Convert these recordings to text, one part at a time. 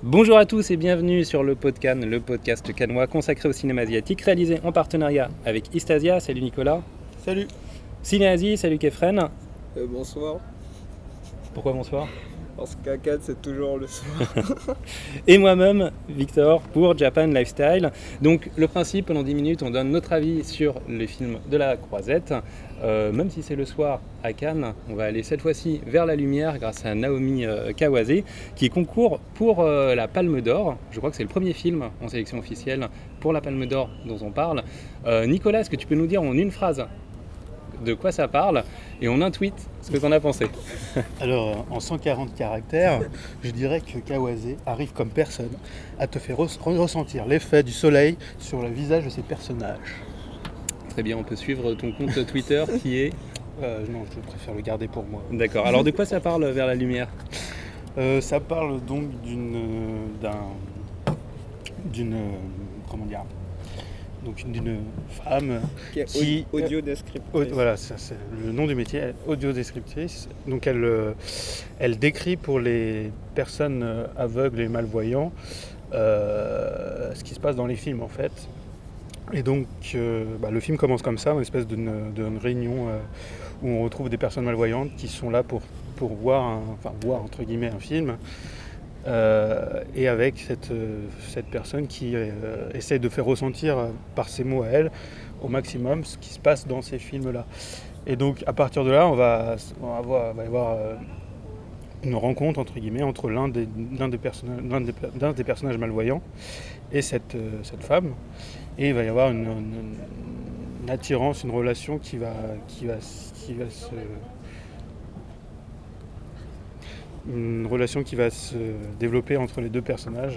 Bonjour à tous et bienvenue sur le Podcan, le podcast cannois consacré au cinéma asiatique, réalisé en partenariat avec Istasia. Salut Nicolas. Salut. Cinéasie, salut Kefren. Bonsoir, Pourquoi bonsoir? parce qu'à 4 c'est toujours le soir. Et moi-même, Victor, pour Japan Lifestyle. Donc le principe, pendant 10 minutes, on donne notre avis sur les films de la Croisette. Même si c'est le soir à Cannes, on va aller cette fois-ci vers la lumière grâce à Naomi Kawase, qui concourt pour la Palme d'Or. Je crois que c'est le premier film en sélection officielle pour la Palme d'Or dont on parle. Nicolas, est-ce que tu peux nous dire en une phrase de quoi ça parle et en un tweet ce que tu en as pensé? Alors, en 140 caractères, je dirais que Kawase arrive comme personne à te faire ressentir l'effet du soleil sur le visage de ses personnages. Très bien, on peut suivre ton compte Twitter qui est... Non, je préfère le garder pour moi. D'accord, alors de quoi ça parle vers la lumière? Ça parle donc d'une femme Qui est qui audio descriptrice. voilà, ça, c'est le nom du métier, audiodescriptrice. Donc elle décrit pour les personnes aveugles et malvoyants ce qui se passe dans les films en fait. Et donc le film commence comme ça, une espèce d'une réunion où on retrouve des personnes malvoyantes qui sont là pour voir entre guillemets un film. Et avec cette personne qui essaie de faire ressentir par ses mots à elle au maximum ce qui se passe dans ces films-là. Et donc à partir de là, va y avoir une rencontre entre guillemets entre l'un des personnages malvoyants et cette femme. Et il va y avoir une attirance, une relation qui va se développer entre les deux personnages,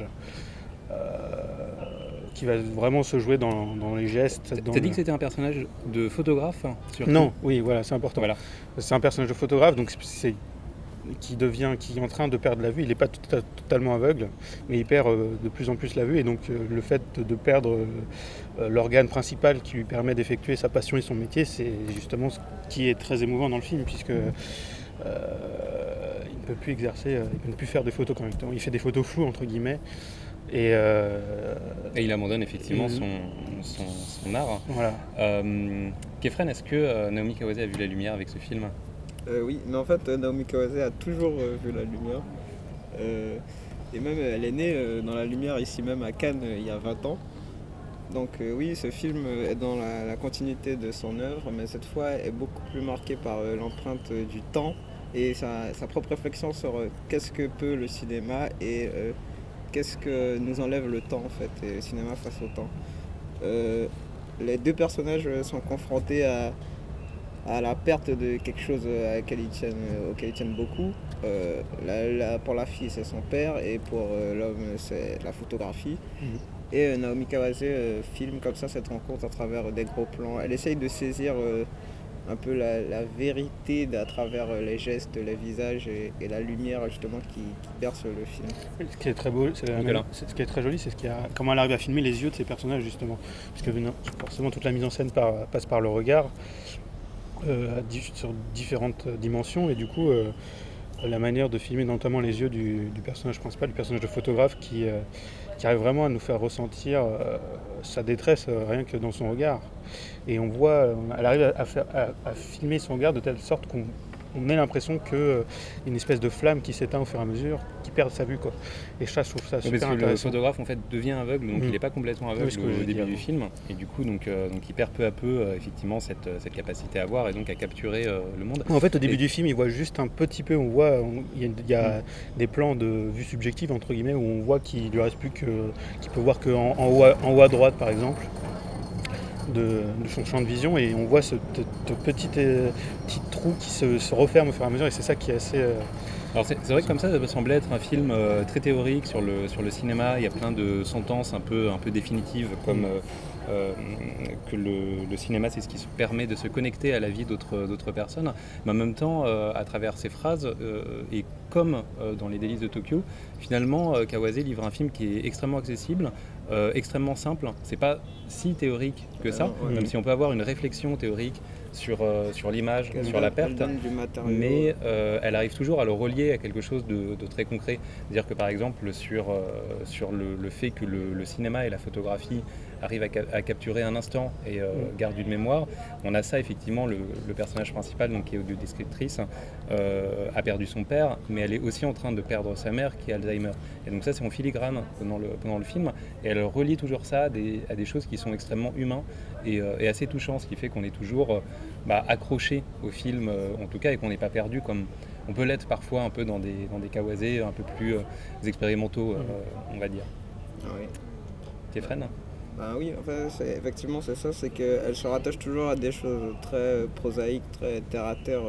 qui va vraiment se jouer dans les gestes. T'as dit que c'était un personnage de photographe surtout? Non, oui, voilà, c'est important. Voilà. C'est un personnage de photographe, donc qui est en train de perdre la vue. Il n'est pas totalement aveugle, mais il perd de plus en plus la vue. Et donc le fait de perdre l'organe principal qui lui permet d'effectuer sa passion et son métier, c'est justement ce qui est très émouvant dans le film, puisque il ne peut plus exercer, il ne peut plus faire de photos correctement. Il fait des photos floues entre guillemets. Et il abandonne effectivement son art. Voilà. Kefren, est-ce que Naomi Kawase a vu la lumière avec ce film? Oui, mais en fait, Naomi Kawase a toujours vu la lumière. Et même, elle est née dans la lumière ici même à Cannes il y a 20 ans. Donc oui, ce film est dans la continuité de son œuvre, mais cette fois est beaucoup plus marqué par l'empreinte du temps et sa propre réflexion sur qu'est-ce que peut le cinéma et qu'est-ce que nous enlève le temps en fait, et le cinéma face au temps. Les deux personnages sont confrontés à la perte de quelque chose auquel ils tiennent beaucoup. Pour la fille, c'est son père, et pour l'homme, c'est la photographie. Et Naomi Kawase filme comme ça cette rencontre à travers des gros plans. Elle essaye de saisir un peu la vérité à travers les gestes, les visages et la lumière justement qui berce le film. Ce qui est très beau, ce qui est très joli, c'est comment elle arrive à filmer les yeux de ces personnages justement, puisque forcément toute la mise en scène passe par le regard sur différentes dimensions, et du coup la manière de filmer notamment les yeux du personnage principal, du personnage de photographe qui arrive vraiment à nous faire ressentir sa détresse rien que dans son regard. Et on voit, elle arrive à filmer son regard de telle sorte qu'on ait l'impression qu'une espèce de flamme qui s'éteint au fur et à mesure, qui perd sa vue, quoi. Et ça, je trouve ça super intéressant. Le photographe en fait devient aveugle, donc il n'est pas complètement aveugle au début du film, et du coup donc il perd peu à peu effectivement cette capacité à voir et donc à capturer le monde. En fait, au début du film, il voit juste un petit peu, il y a des plans de vue subjective entre guillemets où on voit qu'il lui reste plus qu'il peut voir qu'en haut à droite par exemple de son champ de vision, et on voit ce petit trou qui se referme au fur et à mesure, et c'est ça qui est assez... Alors c'est vrai que comme ça peut sembler être un film très théorique sur le cinéma. Il y a plein de sentences un peu définitives comme que le cinéma c'est ce qui se permet de se connecter à la vie d'autres personnes, mais en même temps à travers ces phrases et comme dans Les Délices de Tokyo, finalement Kawase livre un film qui est extrêmement accessible, extrêmement simple. C'est pas si théorique que ça, Ouais. même si on peut avoir une réflexion théorique sur l'image, Elle sur la donne- perte. elle donne du matériau. Mais elle arrive toujours à le relier à quelque chose de très concret. C'est-à-dire que par exemple sur le fait que le cinéma et la photographie arrivent à capturer un instant et gardent une mémoire, on a ça effectivement, le personnage principal, donc, qui est audiodescriptrice, a perdu son père, mais elle est aussi en train de perdre sa mère qui a Alzheimer. Et donc ça c'est en filigrane pendant le film, et elle relie toujours ça à des choses qui sont extrêmement humains et assez touchants, ce qui fait qu'on est toujours accroché au film, en tout cas, et qu'on n'est pas perdu comme on peut l'être parfois un peu dans des Kawase un peu plus expérimentaux, on va dire. Ah oui. Stéphane ? Ben oui, enfin, effectivement, c'est ça, c'est qu'elle se rattache toujours à des choses très prosaïques, très terre-à-terre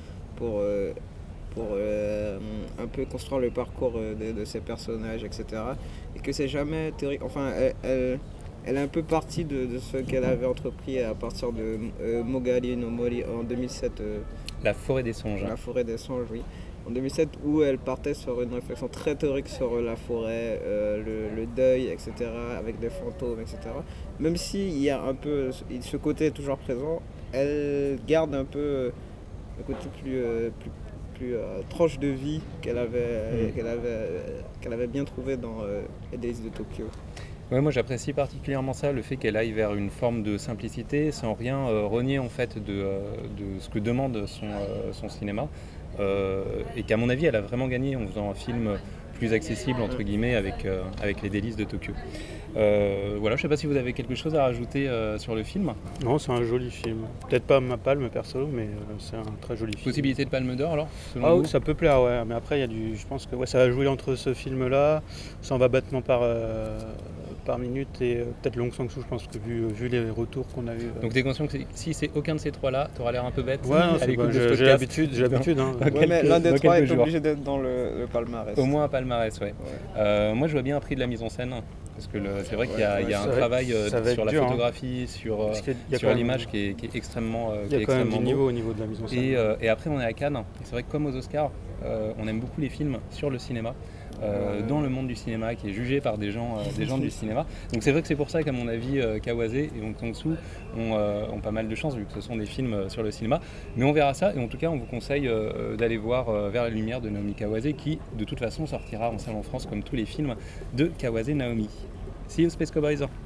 pour un peu construire le parcours de ces personnages, etc. Et que c'est jamais théorique. Enfin, elle est un peu partie de ce qu'elle avait entrepris à partir de Mogali no Mori en 2007. La forêt des songes. La forêt des songes, oui. En 2007, où elle partait sur une réflexion très théorique sur la forêt, le deuil, etc., avec des fantômes, etc. Même s'il y a un peu, ce côté est toujours présent, elle garde un peu le côté plus tranche de vie qu'elle avait bien trouvé dans Les Délices de Tokyo. Ouais, moi j'apprécie particulièrement ça, le fait qu'elle aille vers une forme de simplicité sans rien renier en fait de ce que demande son cinéma, et qu'à mon avis elle a vraiment gagné en faisant un film plus accessible entre guillemets avec Les Délices de Tokyo. Voilà, je sais pas si vous avez quelque chose à rajouter sur le film. Non, c'est un joli film. Peut-être pas ma palme perso, mais c'est un très joli film. Possibilité de Palme d'Or alors, selon Ah vous ? oui, ça peut plaire, ouais. Mais après, il y a je pense que ça va jouer entre ce film-là, ça en va battement par minute, et peut-être Long Sang-soo, je pense que vu les retours qu'on a eu. Donc t'es conscient que si c'est aucun de ces trois-là, t'auras l'air un peu bête Ouais, non, à l'écoute de ce j'ai podcast. l'habitude. Hein. Dans Ouais, mais l'un des dans trois quelques est jours. obligé d'être dans le palmarès. Au moins un palmarès, ouais. Ouais. Moi je vois bien un prix de la mise en scène, parce que c'est vrai qu'il y a, il y a ça un va travail ça va sur être la dur, hein. photographie, sur Parce qu'il y a sur quand l'image même- qui est extrêmement Il y a quand même du beau. niveau au niveau de la mise en scène. Et après on est à Cannes, et c'est vrai que comme aux Oscars, on aime beaucoup les films sur le cinéma, dans le monde du cinéma, qui est jugé par des gens du cinéma. Donc c'est vrai que c'est pour ça qu'à mon avis, Kawase et Hong Sang-soo ont pas mal de chance, vu que ce sont des films sur le cinéma. Mais on verra ça, et en tout cas on vous conseille d'aller voir Vers la lumière de Naomi Kawase, qui de toute façon sortira en salle en France comme tous les films de Kawase Naomi. See you Space Cowboys!